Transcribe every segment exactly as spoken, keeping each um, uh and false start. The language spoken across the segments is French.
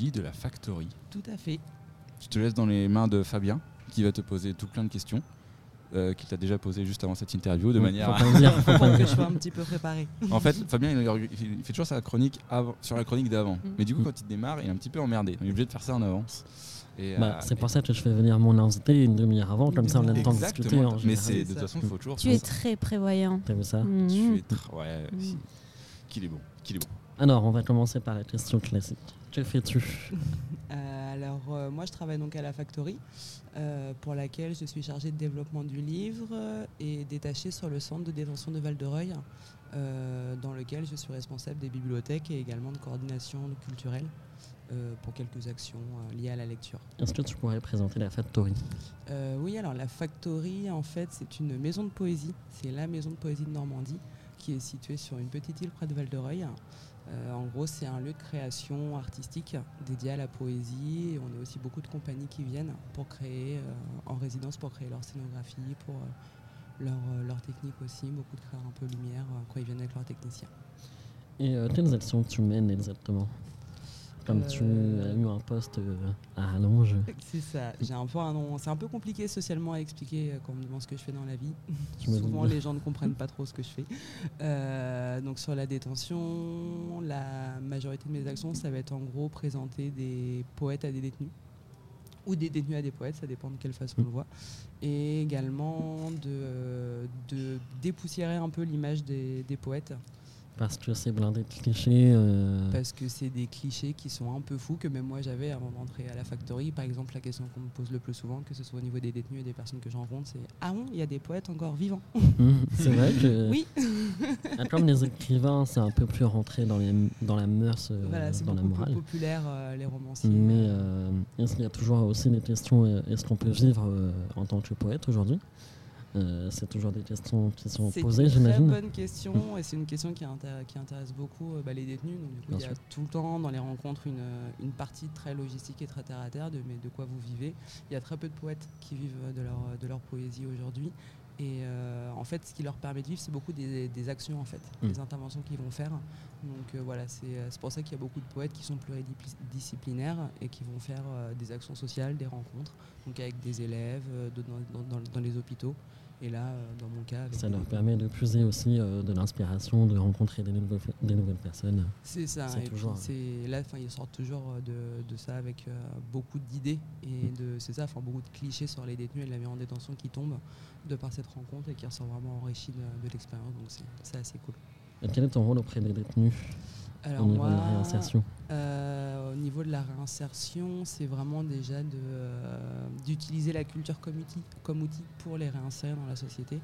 Julie de la Factory. Tout à fait. Je te laisse dans les mains de Fabien, qui va te poser tout plein de questions, euh, qu'il t'a déjà posé juste avant cette interview, de Mmh, manière à... faut pas le dire, faut pas Pour le que dire. je sois un petit peu préparé. En fait, Fabien, il, il fait toujours sa chronique avant, sur la chronique d'avant. Mm. Mais du coup, quand il démarre, il est un petit peu emmerdé. Donc, il est obligé de faire ça en avance. Et, Bah, euh, c'est pour ça que je fais venir mon invité une demi-heure avant, comme ça on a le temps de discuter. Exactement. En Mais général. c'est, de C'est toute ça. façon, il faut toujours... Tu es très prévoyant. T'as vu ça Mhm. Tu es tr- Ouais, Mm. si. Qu'il est bon, qu'il est bon. Alors, on va commencer par la question classique. Que fais-tu? Euh, alors, euh, moi, je travaille donc à la Factory, euh, pour laquelle je suis chargée de développement du livre euh, et détachée sur le centre de détention de Val-de-Reuil, euh, dans lequel je suis responsable des bibliothèques et également de coordination culturelle euh, pour quelques actions euh, liées à la lecture. Est-ce que tu pourrais présenter la Factory? Euh, oui, alors la Factory, en fait, c'est une maison de poésie. C'est la maison de poésie de Normandie qui est située sur une petite île près de Val-de-Reuil. Euh, en gros, c'est un lieu de création artistique dédié à la poésie. Et on a aussi beaucoup de compagnies qui viennent pour créer, euh, en résidence, pour créer leur scénographie, pour euh, leur, euh, leur technique aussi. Beaucoup de créer un peu lumière euh, quand ils viennent avec leurs techniciens. Et euh, quelles actions tu mènes exactement? Comme Euh, tu as eu un poste euh, à Allonge. C'est ça. J'ai un peu un nom. C'est un peu compliqué socialement à expliquer euh, quand on me demande ce que je fais dans la vie. Tu me Souvent, dis- les gens ne comprennent pas trop ce que je fais. Euh, donc, sur la détention, la majorité de mes actions, ça va être en gros présenter des poètes à des détenus ou des détenus à des poètes, ça dépend de quelle façon on le voit. Et également de, de dépoussiérer un peu l'image des, des poètes. Parce que c'est blindé de clichés. euh, Parce que c'est des clichés qui sont un peu fous que même moi j'avais avant d'entrer à la Factory. Par exemple, la question qu'on me pose le plus souvent, que ce soit au niveau des détenus et des personnes que je rencontre, c'est « Ah bon, il y a des poètes encore vivants ?» hum, C'est vrai que, Oui. ah, comme les écrivains, c'est un peu plus rentré dans, les, dans la mœurs, euh, Voilà, c'est dans la beaucoup morale. plus populaire, euh, les romanciers. Mais euh, est-ce qu'il y a toujours aussi des questions, euh, est-ce qu'on peut vivre euh, en tant que poète aujourd'hui? Euh, C'est toujours des questions qui sont C'est posées, une très j'imagine. bonne question et c'est une question qui, intér- qui intéresse beaucoup euh, bah, les détenus. Donc, du coup, Bien il y a sûr. tout le temps dans les rencontres une, euh, une partie très logistique et très terre à terre de mais de quoi vous vivez. Il y a très peu de poètes qui vivent de leur, de leur poésie aujourd'hui. Et euh, en fait, ce qui leur permet de vivre, c'est beaucoup des, des actions, en fait, Mm. des interventions qu'ils vont faire. Donc euh, voilà, c'est euh, c'est pour ça qu'il y a beaucoup de poètes qui sont pluridisciplinaires et qui vont faire euh, des actions sociales, des rencontres, donc avec des élèves, euh, de- dans, dans- dans- dans les hôpitaux. Et là, euh, dans mon cas, avec Ça des leur détenus. permet de puiser aussi euh, de l'inspiration, de rencontrer des, nouveaux- des nouvelles personnes. C'est ça. C'est Et toujours, puis c'est là, enfin, ils sortent toujours de, de ça avec euh, beaucoup d'idées et de c'est ça, enfin beaucoup de clichés sur les détenus et la vie en détention qui tombent de par cette rencontre et qui ressortent vraiment enrichis de, de l'expérience. Donc c'est, c'est assez cool. Et quel est ton rôle auprès des détenus Alors au niveau moi, de la réinsertion? euh, au niveau de la réinsertion, c'est vraiment déjà de, euh, d'utiliser la culture comme outil, comme outil pour les réinsérer dans la société.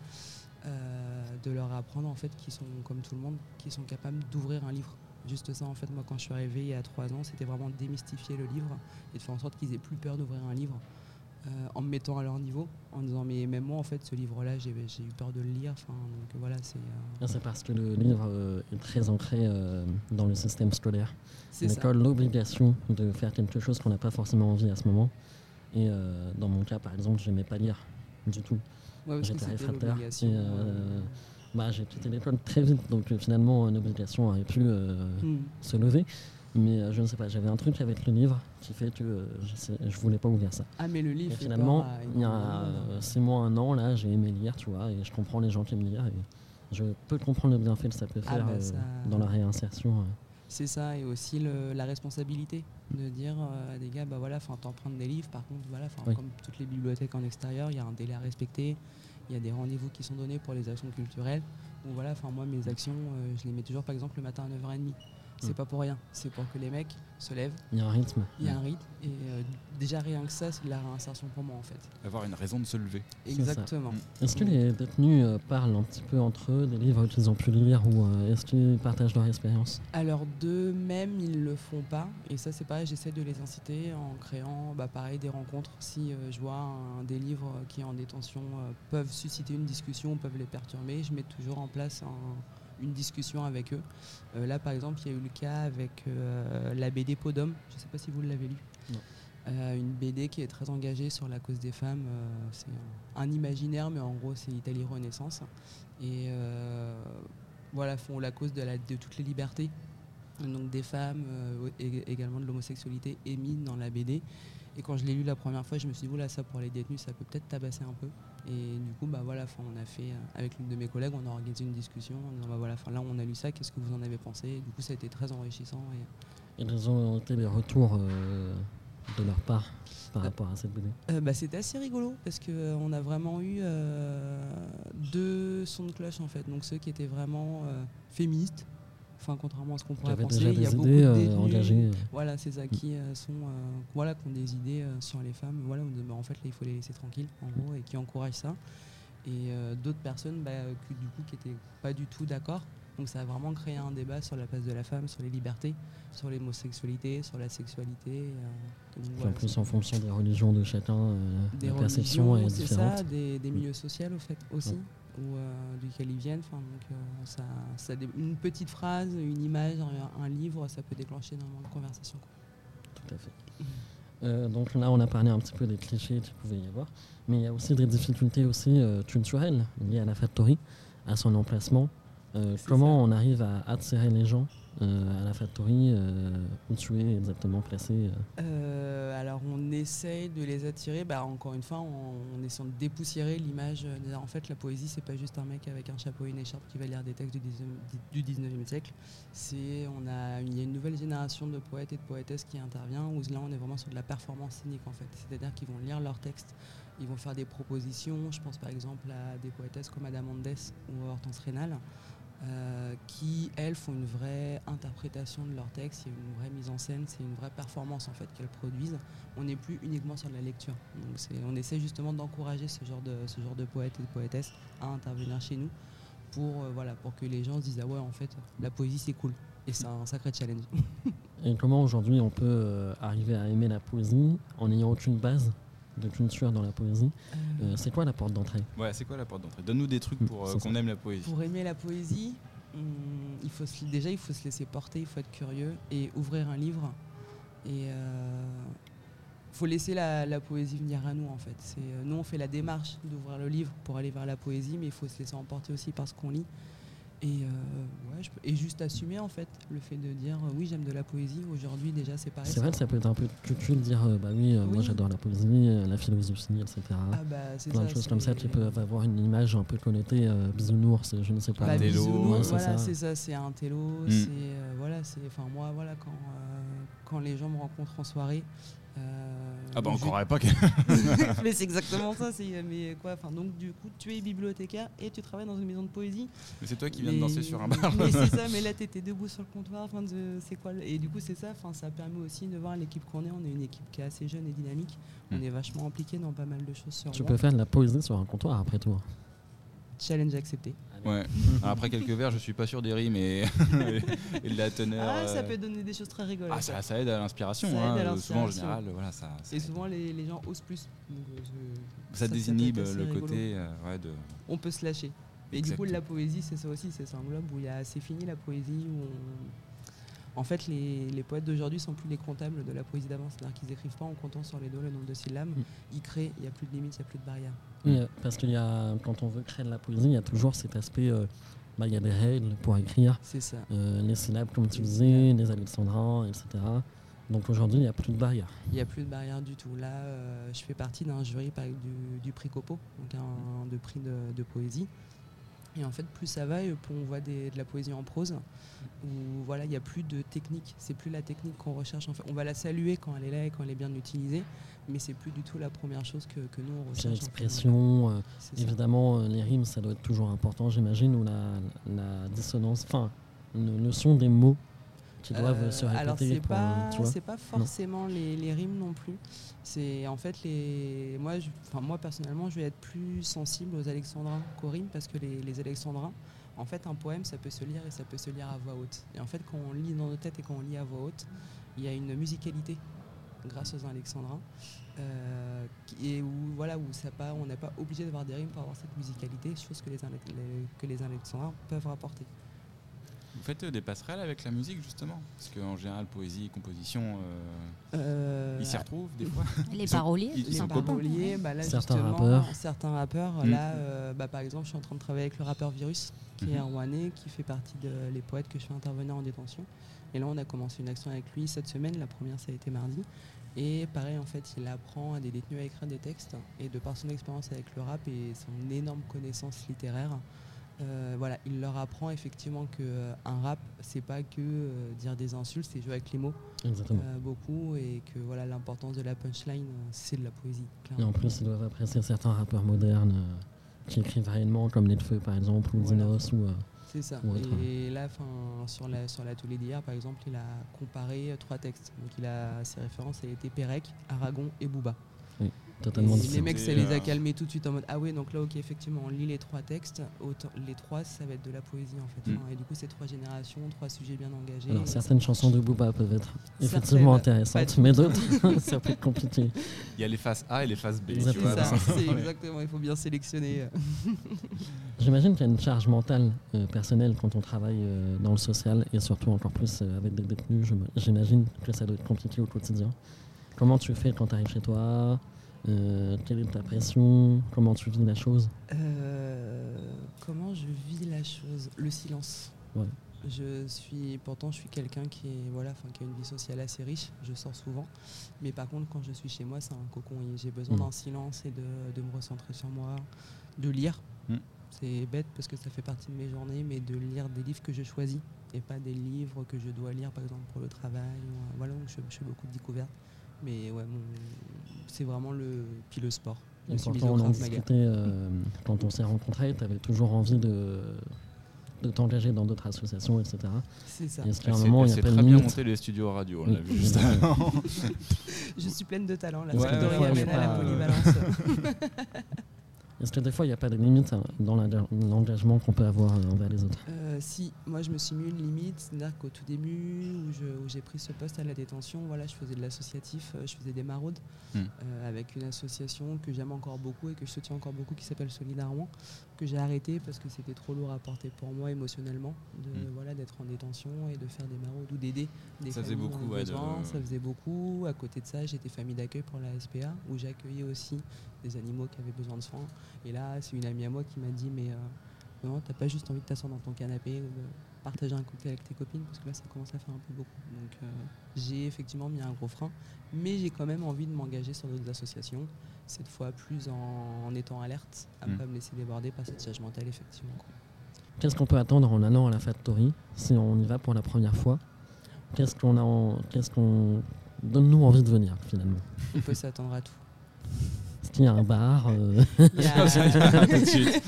Euh, de leur apprendre en fait qu'ils sont comme tout le monde, qu'ils sont capables d'ouvrir un livre. Juste ça en fait, moi quand je suis arrivé il y a trois ans, c'était vraiment démystifier le livre et de faire en sorte qu'ils aient plus peur d'ouvrir un livre euh, en me mettant à leur niveau, en disant mais même moi en fait ce livre-là j'ai, j'ai eu peur de le lire. Enfin, donc voilà, c'est, euh, Ah, c'est parce que le livre euh, est très ancré euh, dans le système scolaire. c'est On ça. accorde l'obligation de faire quelque chose qu'on n'a pas forcément envie à ce moment. Et euh, dans mon cas, par exemple, je n'aimais pas lire du tout. Ouais, parce que J'étais c'était réfractaire. l'obligation, Et, euh, bah, j'ai quitté l'école très vite, donc euh, finalement, une obligation aurait pu euh, Hmm. se lever. Mais euh, je ne sais pas, j'avais un truc avec le livre qui fait que euh, je, sais, je voulais pas ouvrir ça. Ah mais le livre Et fait finalement, peur à il y a énormément de euh, monde. six mois, un an, là, j'ai aimé lire, tu vois, et je comprends les gens qui aiment lire. Et je peux comprendre le bienfait que ça peut Ah faire bah euh, ça- dans la réinsertion. euh. C'est ça, et aussi le- la responsabilité de dire euh, à des gars, bah voilà, t'empruntes des livres, par contre, voilà, Oui. comme toutes les bibliothèques en extérieur, il y a un délai à respecter, il y a des rendez-vous qui sont donnés pour les actions culturelles. Donc voilà, moi, mes actions, euh, je les mets toujours, par exemple, le matin à neuf heures trente. C'est Mm. pas pour rien, c'est pour que les mecs se lèvent, Il y a un rythme. il y a un rythme, et euh, déjà rien que ça, c'est de la réinsertion pour moi, en fait. Avoir une raison de se lever. C'est ça. Exactement. Est-ce que les détenus euh, parlent un petit peu entre eux des livres qu'ils ont pu lire ou euh, est-ce qu'ils partagent leur expérience? Alors d'eux-mêmes, ils le font pas. Et ça, c'est pareil, j'essaie de les inciter en créant, bah, pareil, des rencontres. Si euh, je vois un, des livres qui, en détention, euh, peuvent susciter une discussion, peuvent les perturber, je mets toujours en place un, une discussion avec eux. Euh, là, par exemple, il y a eu le cas avec euh, la B D Peau d'homme. Je ne sais pas si vous l'avez lu. Non. Euh, une B D qui est très engagée sur la cause des femmes. Euh, c'est un, un imaginaire, mais en gros, c'est Italie Renaissance. Et euh, voilà, font la cause de, la, de toutes les libertés donc des femmes, euh, et également de l'homosexualité est mis dans la B D. Et quand je l'ai lu la première fois, je me suis dit, oula, ça pour les détenus, ça peut peut-être tabasser un peu. Et du coup, bah voilà, on a fait, avec l'une de mes collègues, on a organisé une discussion en disant, bah voilà, là on a lu ça, qu'est-ce que vous en avez pensé? Et du coup, ça a été très enrichissant. Et, et quels ont été les retours euh, de leur part par euh, rapport à cette B D? euh, bah, C'était assez rigolo, parce qu'on euh, a vraiment eu euh, deux sons de cloche, en fait. Donc ceux qui étaient vraiment euh, féministes, enfin, contrairement à ce qu'on pourrait penser, déjà il y a des beaucoup idées, de euh, détenus, engagées. voilà, ces acquis qui euh, sont, euh, voilà, qui ont des idées euh, sur les femmes, voilà, bah, en fait là il faut les laisser tranquilles, en gros, et qui encouragent ça. Et euh, d'autres personnes, bah, qui, du coup, qui étaient pas du tout d'accord. Donc ça a vraiment créé un débat sur la place de la femme, sur les libertés, sur l'homosexualité, sur la sexualité. Euh, donc, Enfin, voilà, plus en fonction des religions de chacun, euh, des la perception est c'est différente. ça, des, des milieux sociaux au fait aussi. Ouais. Ou euh, duquel ils viennent. Enfin, donc, euh, ça, ça dé- une petite phrase, une image, un, un livre, ça peut déclencher énormément de conversation. Quoi. Tout à fait. Euh, donc là, on a parlé un petit peu des clichés qu'il pouvait y avoir, mais il y a aussi des difficultés aussi euh, culturelles liées à la factory, à son emplacement. Euh, comment ça. On arrive à attirer les gens euh, à la factory, euh, où tu es exactement placé euh. Euh, Alors on essaye de les attirer, bah, encore une fois en, en essayant de dépoussiérer l'image. Euh, en fait la poésie c'est pas juste un mec avec un chapeau et une écharpe qui va lire des textes du dix-neuvième siècle. C'est, on a, il y a une nouvelle génération de poètes et de poétesses qui intervient, où là on est vraiment sur de la performance scénique en fait. C'est-à-dire qu'ils vont lire leurs textes, ils vont faire des propositions. Je pense par exemple à des poétesses comme Ada Mendes ou Hortense Rénal. Euh, qui, elles, font une vraie interprétation de leur texte, il y a une vraie mise en scène, c'est une vraie performance en fait qu'elles produisent. On n'est plus uniquement sur de la lecture. Donc c'est, on essaie justement d'encourager ce genre de, ce genre de poètes et de poétesses à intervenir chez nous pour, euh, voilà, pour que les gens se disent ah ouais en fait la poésie c'est cool et c'est un sacré challenge. Et comment aujourd'hui on peut euh, arriver à aimer la poésie en n'ayant aucune base de culture dans la poésie? euh, C'est quoi la porte d'entrée? Ouais, c'est quoi la porte d'entrée? Donne-nous des trucs pour euh, qu'on aime la poésie. Pour aimer la poésie, hum, il faut se, déjà il faut se laisser porter, il faut être curieux et ouvrir un livre. Et euh, faut laisser la, la poésie venir à nous en fait. C'est, euh, nous on fait la démarche d'ouvrir le livre pour aller vers la poésie, mais il faut se laisser emporter aussi par ce qu'on lit. Et, euh, ouais, je peux, et juste assumer en fait le fait de dire euh, oui j'aime de la poésie. Aujourd'hui déjà c'est pareil. C'est vrai que ça peut être un peu cucu de dire euh, bah oui, euh, oui moi j'adore la poésie, euh, la philosophie, et cetera. Ah bah, c'est plein ça, de choses c'est comme ça qui peuvent avoir une image un peu connotée euh, bisounours, je ne sais pas. Bah, bisounours, ouais, voilà, c'est c'est ça, c'est un télo. Mm. C'est euh, voilà, c'est enfin moi voilà quand euh, quand les gens me rencontrent en soirée. Euh, ah bah on je... croirait pas que. Mais c'est exactement ça. C'est mais quoi. Enfin donc du coup tu es bibliothécaire et tu travailles dans une maison de poésie. Mais c'est toi qui viens mais... de danser sur un bar. Mais c'est ça. Mais là t'étais debout sur le comptoir. Enfin c'est quoi. Et du coup c'est ça. Enfin ça permet aussi de voir l'équipe qu'on est. On est une équipe qui est assez jeune et dynamique. Mm. On est vachement impliqué dans pas mal de choses sur. Tu peux faire de la poésie sur un comptoir après tout. Challenge accepté. Ouais. Alors après quelques verres, je suis pas sûr des rimes et, et de la teneur. Ah, ça peut donner des choses très rigolotes. Ah, ça, ça aide à l'inspiration. Ça hein. aide à souvent en général, voilà, ça. ça et souvent les, les gens osent plus. Donc, je, ça, ça désinhibe le rigolo. côté. Euh, ouais, de... On peut se lâcher. Et Exactement. Du coup, la poésie, c'est ça aussi, c'est ça un globe où il y a c'est fini la poésie où on... En fait, les, les poètes d'aujourd'hui sont plus les comptables de la poésie d'avant. C'est-à-dire qu'ils écrivent pas en comptant sur les doigts le nombre de syllabes. Mm. Ils créent, il n'y a plus de limites, il n'y a plus de barrières. Oui, parce qu'il y a, quand on veut créer de la poésie, il y a toujours cet aspect, euh, bah, il y a des règles pour écrire. C'est ça. Euh, les syllabes, comme tu disais, les alexandrins, et cetera. Donc aujourd'hui, il n'y a plus de barrières. Il n'y a plus de barrières du tout. Là, euh, je fais partie d'un jury par, du, du prix Copo, donc un, un de prix de, de poésie. Et en fait, plus ça va, et plus on voit des, de la poésie en prose, où voilà, il n'y a plus de technique. C'est plus la technique qu'on recherche. En fait, on va la saluer quand elle est là et quand elle est bien utilisée, mais c'est plus du tout la première chose que, que nous on recherche. C'est l'expression, en fait. euh, évidemment, euh, les rimes, ça doit être toujours important, j'imagine, ou la, la dissonance, enfin, le, le son des mots qui doivent euh, se répéter. Alors c'est pour, pas, tu vois c'est pas forcément les, les rimes non plus. C'est en fait les, moi, je, enfin moi personnellement, je vais être plus sensible aux alexandrins qu'aux rimes parce que les, les alexandrins, en fait, un poème, ça peut se lire et ça peut se lire à voix haute. Et en fait, quand on lit dans nos têtes et quand on lit à voix haute, il y a une musicalité grâce aux alexandrins euh, et où voilà où ça pas, on n'est pas obligé d'avoir des rimes pour avoir cette musicalité, chose que les, les que les alexandrins peuvent rapporter. Vous faites euh, des passerelles avec la musique justement? Parce qu'en général, poésie, composition, euh, euh, Ils s'y retrouvent des fois. Les sont- paroliers, ils- tout ils Les sont simplement. paroliers, bah là Certains justement, rappeurs. certains rappeurs. Mm. Là, euh, bah, par exemple, je suis en train de travailler avec le rappeur Virus, qui est Mhm. un Rouennais, qui fait partie de les poètes que je fais intervenir en détention. Et là, on a commencé une action avec lui cette semaine. La première, ça a été mardi. Et pareil, en fait, il apprend à des détenus à écrire des textes. Et de par son expérience avec le rap et son énorme connaissance littéraire, euh, voilà, il leur apprend effectivement que euh, un rap, c'est pas que euh, dire des insultes, c'est jouer avec les mots Exactement. euh, beaucoup, et que voilà, l'importance de la punchline, euh, c'est de la poésie. Et clairement. en plus, ils doivent apprécier certains rappeurs modernes euh, qui écrivent réellement, comme Les Feux par exemple, ou Voilà. Dinos. Ou, euh, C'est ça. ou autre. Et là, 'fin, sur la sur l'atelier d'hier, par exemple, il a comparé euh, trois textes. Donc, il a ses références, ça a été Pérec, Aragon et Booba. totalement Et les différents. mecs, ça Et, les euh, a calmés tout de suite en mode ah ouais, donc là, ok, effectivement, on lit les trois textes. Autant, les trois, ça va être de la poésie en fait. Mm. Enfin, et du coup, c'est trois générations, trois sujets bien engagés. Alors, Et certaines ça- chansons de Booba peuvent être Certaines, effectivement pas intéressantes, toutes. mais d'autres, ça peut être compliqué. Il y a les faces A et les faces B. Tu Exactement. vois, C'est ça, dans- c'est exactement. Il faut bien sélectionner. J'imagine qu'il y a une charge mentale euh, personnelle quand on travaille euh, dans le social, et surtout encore plus euh, avec des détenus. Je me- J'imagine que ça doit être compliqué au quotidien. Comment tu fais quand tu arrives chez toi? Euh, quelle est ta pression? Comment tu vis la chose? Euh, comment je vis la chose? Le silence. Ouais. Je suis, pourtant, je suis quelqu'un qui est, voilà, enfin, qui a une vie sociale assez riche. Je sors souvent, mais par contre, quand je suis chez moi, c'est un cocon. Et j'ai besoin Mm. d'un silence et de, de me recentrer sur moi, de lire. Mm. C'est bête parce que ça fait partie de mes journées, mais de lire des livres que je choisis et pas des livres que je dois lire, par exemple pour le travail. ou, euh, voilà, donc je, je fais beaucoup de découvertes. Mais ouais, mon- c'est vraiment le, puis le sport. Je Et me suis mise pourtant, au on en Krav Maga. discutait euh, quand on s'est rencontrés, tu avais toujours envie de, de t'engager dans d'autres associations, et cetera. C'est ça. Est-ce qu'à Elle un s'est- moment, il elle n'y a s'est pas de très bien limite? monté les studios radio, on Oui. l'a vu juste avant. Je suis pleine de talent. La Ouais, factory ouais, amène ouais, à la ouais. polyvalence. Est-ce que des fois, il n'y a pas de limite hein, dans l'enga- l'engagement qu'on peut avoir euh, envers les autres? Euh, si, moi je me suis mis une limite, c'est-à-dire qu'au tout début où je- où j'ai pris ce poste à la détention, voilà, je faisais de l'associatif, euh, je faisais des maraudes Mm. euh, avec une association que j'aime encore beaucoup et que je soutiens encore beaucoup qui s'appelle Solidarement, que j'ai arrêté parce que c'était trop lourd à porter pour moi émotionnellement, de Mm. voilà, d'être en détention et de faire des maraudes ou d'aider des Ça faisait familles beaucoup, dans le ouais, de- besoin. Ça faisait beaucoup. À côté de ça, j'étais famille d'accueil pour la S P A où j'accueillais aussi des animaux qui avaient besoin de soins. Et là, c'est une amie à moi qui m'a dit mais euh, non, t'as pas juste envie de t'asseoir dans ton canapé ou de partager un cocktail avec tes copines parce que là, ça commence à faire un peu beaucoup. Donc euh, j'ai effectivement mis un gros frein, mais j'ai quand même envie de m'engager sur d'autres associations, cette fois plus en, en étant alerte, à ne Mm. pas me laisser déborder par cette charge mentale effectivement. quoi. Qu'est-ce qu'on peut attendre en allant à la Factory si on y va pour la première fois? Qu'est-ce qu'on a en- qu'est-ce qu'on donne-nous envie de venir finalement? On peut s'attendre à tout. Est-ce qu'il y a un bar euh, Il y a- Tout de suite.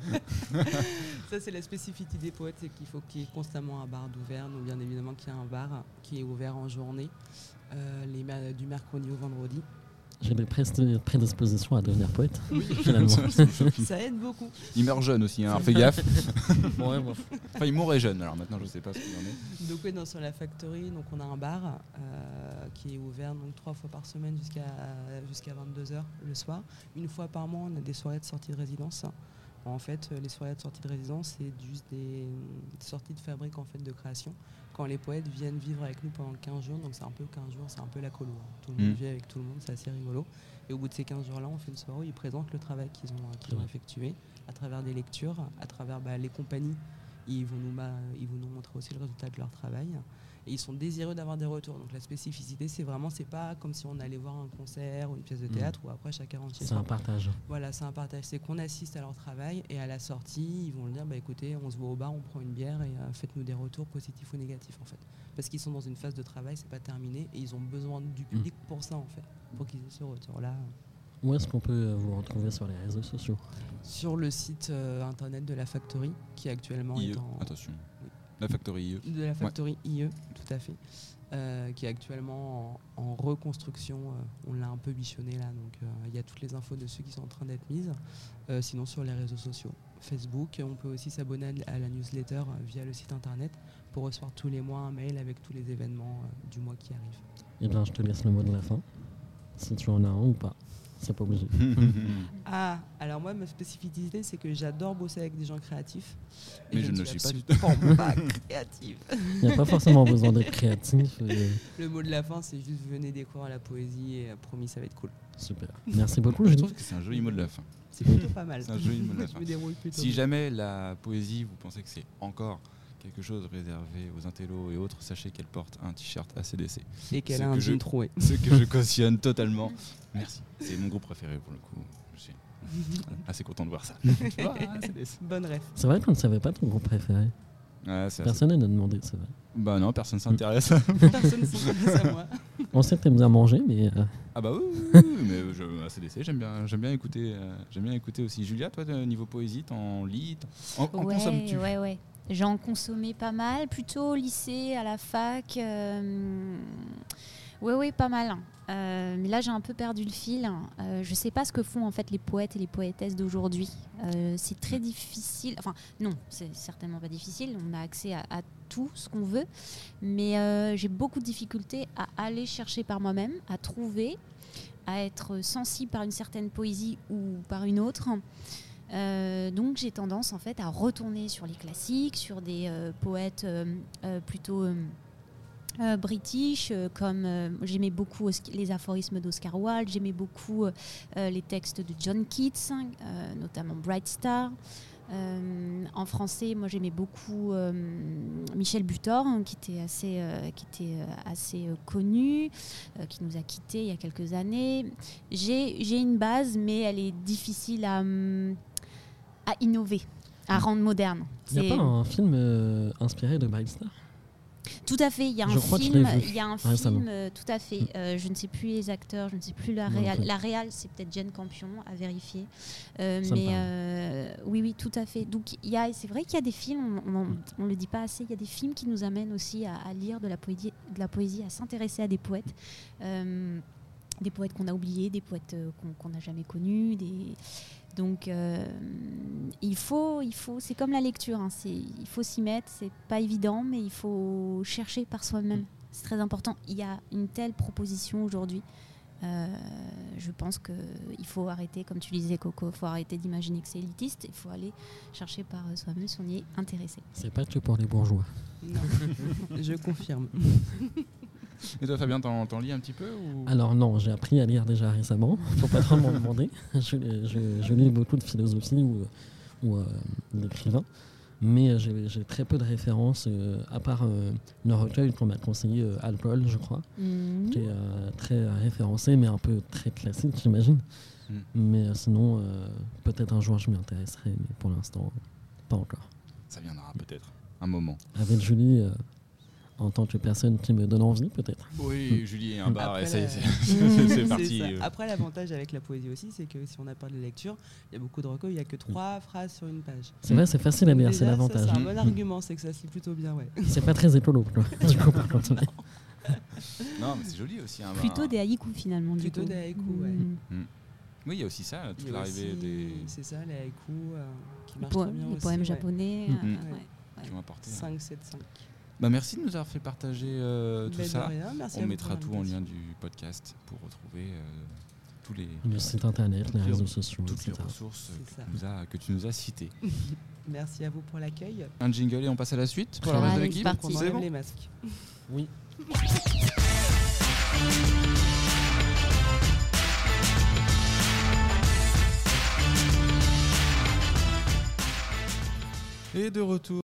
Ça, c'est la spécificité des poètes, c'est qu'il faut qu'il y ait constamment un bar d'ouvert. Donc, bien évidemment, qu'il y a un bar qui est ouvert en journée, euh, les mer- du mercredi au vendredi. J'ai des presti- prédispositions à devenir poète finalement. Ça aide beaucoup. Il meurt jeune aussi, hein, alors fais gaffe. Ouais, bon. Enfin, il mourrait jeune, alors maintenant je sais pas ce qu'il en est. Donc, oui, dans, sur la Factory, donc, on a un bar euh, qui est ouvert donc, trois fois par semaine jusqu'à jusqu'à vingt-deux heures le soir. Une fois par mois, on a des soirées de sortie de résidence. En fait, euh, les soirées de sortie de résidence, c'est juste des, des sorties de fabrique en fait, de création. Quand les poètes viennent vivre avec nous pendant quinze jours, donc c'est un peu quinze jours, c'est un peu la colo. hein. Tout le monde Mm. vit avec tout le monde, c'est assez rigolo. Et au bout de ces quinze jours-là, on fait une soirée où ils présentent le travail qu'ils ont, euh, qu'ils ont Ouais. effectué à travers des lectures, à travers bah, les compagnies. Ils vont, nous ma- ils vont nous montrer aussi le résultat de leur travail. Et ils sont désireux d'avoir des retours. Donc la spécificité, c'est vraiment, c'est pas comme si on allait voir un concert ou une pièce de théâtre où après chacun rentre chez C'est soi. un partage. Voilà, c'est un partage. C'est qu'on assiste à leur travail et à la sortie, ils vont le dire bah écoutez, on se voit au bar, on prend une bière et euh, faites-nous des retours positifs ou négatifs en fait. Parce qu'ils sont dans une phase de travail, c'est pas terminé et ils ont besoin du public pour ça en fait, pour qu'ils aient ce retour-là. Où est-ce qu'on peut euh, vous retrouver sur les réseaux sociaux? Sur le site euh, internet de la Factory, qui actuellement I E, est en attention. La Factory I E. de la Factory I E, tout à fait, euh, qui est actuellement en, en reconstruction. euh, on l'a un peu bichonné là, donc euh, il y a toutes les infos dessus qui sont en train d'être mises. Euh, sinon sur les réseaux sociaux, Facebook, on peut aussi s'abonner à, à la newsletter euh, via le site internet pour recevoir tous les mois un mail avec tous les événements euh, du mois qui arrive. Eh bien, je te laisse le mot de la fin, si tu en as un ou pas. c'est pas obligé. Ah, alors moi, ma spécificité, c'est que j'adore bosser avec des gens créatifs. Et Mais je ne le suis suis pas du absolument pas créative. Il n'y a pas forcément besoin d'être créatif. et- Le mot de la fin, c'est juste venez découvrir la poésie et euh, promis, ça va être cool. Super. Merci beaucoup, Je Julie. trouve que c'est un joli mot de la fin. C'est plutôt pas mal. C'est un joli mot de la Je fin. me déroule plutôt Si bien. jamais la poésie, vous pensez que c'est encore quelque chose réservé aux intellos et autres, sachez qu'elle porte un t-shirt A C D C. Et qu'elle ce a un que je- jean troué. Ce que je cautionne totalement. Merci. C'est mon groupe préféré pour le coup. Je suis assez content de voir ça. Ah, A C D C. Bonne ref. C'est vrai qu'on ne savait pas ton groupe préféré. Ouais, c'est assez- Personne n'a demandé, c'est vrai. Bah non, personne s'intéresse. Personne ne s'intéresse à moi. On sait que t'aimes bien manger, mais euh, Ah bah oui, oui, oui, mais je, A C D C, j'aime bien, j'aime bien écouter, euh, j'aime bien écouter aussi. Julia, toi, euh, niveau poésie, t'en lis, t'en- en, en Ouais, consommes-tu? ouais, ouais. J'en consommais pas mal, plutôt au lycée, à la fac. Euh... Oui, oui, pas mal. Euh, mais là, j'ai un peu perdu le fil. Euh, je sais pas ce que font en fait les poètes et les poétesses d'aujourd'hui. Euh, c'est très difficile. Enfin, non, c'est certainement pas difficile. On a accès à, à tout ce qu'on veut. Mais euh, j'ai beaucoup de difficultés à aller chercher par moi-même, à trouver, à être sensible par une certaine poésie ou par une autre. Euh, donc j'ai tendance en fait à retourner sur les classiques, sur des euh, poètes euh, euh, plutôt euh, euh, british, euh, comme euh, j'aimais beaucoup Osc- les aphorismes d'Oscar Wilde, j'aimais beaucoup euh, euh, les textes de John Keats, euh, notamment Bright Star. Euh, en français, moi j'aimais beaucoup euh, Michel Butor, hein, qui était assez, euh, qui était, euh, assez euh, connu, euh, qui nous a quittés il y a quelques années. J'ai, j'ai une base, mais elle est difficile à, hum, à innover, à rendre moderne. il n'y a C'est- pas un film euh, inspiré de Bright Star? Tout à fait, il y a Je un crois que je film, l'ai vu il y a un récemment. film, euh, tout à fait. Euh, je ne sais plus les acteurs, je ne sais plus la Non, réal. ok. La réal, c'est peut-être Jane Campion, à vérifier. Euh, Ça me mais parle. euh, oui, oui, tout à fait. Donc il y a, c'est vrai qu'il y a des films, on ne le dit pas assez, il y a des films qui nous amènent aussi à, à lire de la poésie, de la poésie, à s'intéresser à des poètes. Euh, des poètes qu'on a oubliés, des poètes euh, qu'on qu'on n'a jamais connus. Des... Donc, euh, il faut, il faut, c'est comme la lecture, hein, c'est, il faut s'y mettre, c'est pas évident, mais il faut chercher par soi-même. C'est très important. Il y a une telle proposition aujourd'hui. Euh, je pense qu'il faut arrêter, comme tu disais Coco, il faut arrêter d'imaginer que c'est élitiste, il faut aller chercher par soi-même si on y est intéressé. C'est pas que pour les bourgeois. Non, je confirme. Et toi, Fabien, t'en, t'en lis un petit peu ou... Alors non, j'ai appris à lire déjà récemment. Faut pas trop m'en demander. Je, je- je lis beaucoup de philosophie ou, ou euh, d'écrivains. Mais j'ai j'ai très peu de références, euh, à part euh, le recueil qu'on m'a conseillé, euh, Alcool, je crois, Mmh. qui est euh, très référencé, mais un peu très classique, j'imagine. Mm. Mais euh, sinon, euh, peut-être un jour je m'y intéresserai, mais pour l'instant, pas encore. Ça viendra peut-être, un moment. Avec Julie, euh, en tant que personne qui me donne envie, peut-être. Oui, Julie et un bar, Après et c'est, la- c'est, c'est- c'est C'est parti. ça. euh. Après, l'avantage avec la poésie aussi, c'est que si on a parlé de lecture, il y a beaucoup de recueils, il n'y a que trois phrases sur une page. C'est vrai, c'est facile à lire, c'est Déjà, ça, l'avantage. C'est un Mm. bon argument, c'est que ça se lit plutôt bien, ouais. C'est pas très écolo, quoi. Du coup, par contre, ouais. Non, mais c'est joli aussi. Un Plutôt bar. des haïkus finalement. du Plutôt coup. des haïkus, ouais. Mmh. Oui, il y a aussi ça, Il toute y a l'arrivée aussi- des... C'est ça, les haïkus euh, qui Les, marchent po- très bien les aussi, poèmes ouais. japonais. Mm. euh, Mm. ouais. qui ont apporté. cinq, sept, cinq. Bah, merci de nous avoir fait partager euh, tout Ben, de ça. rien, merci à On vous mettra pour tout en lien l'invitation. du podcast pour retrouver euh, tous les, Le site internet, les Toutes les- réseaux sociaux, toutes les et cetera. ressources C'est ça. que, nous a- que tu nous as citées. Merci à vous pour l'accueil. Un jingle et on passe à la suite pour le Allez, reste de c'est l'équipe. parti. On C'est enlève bon les masques. Oui. Et de retour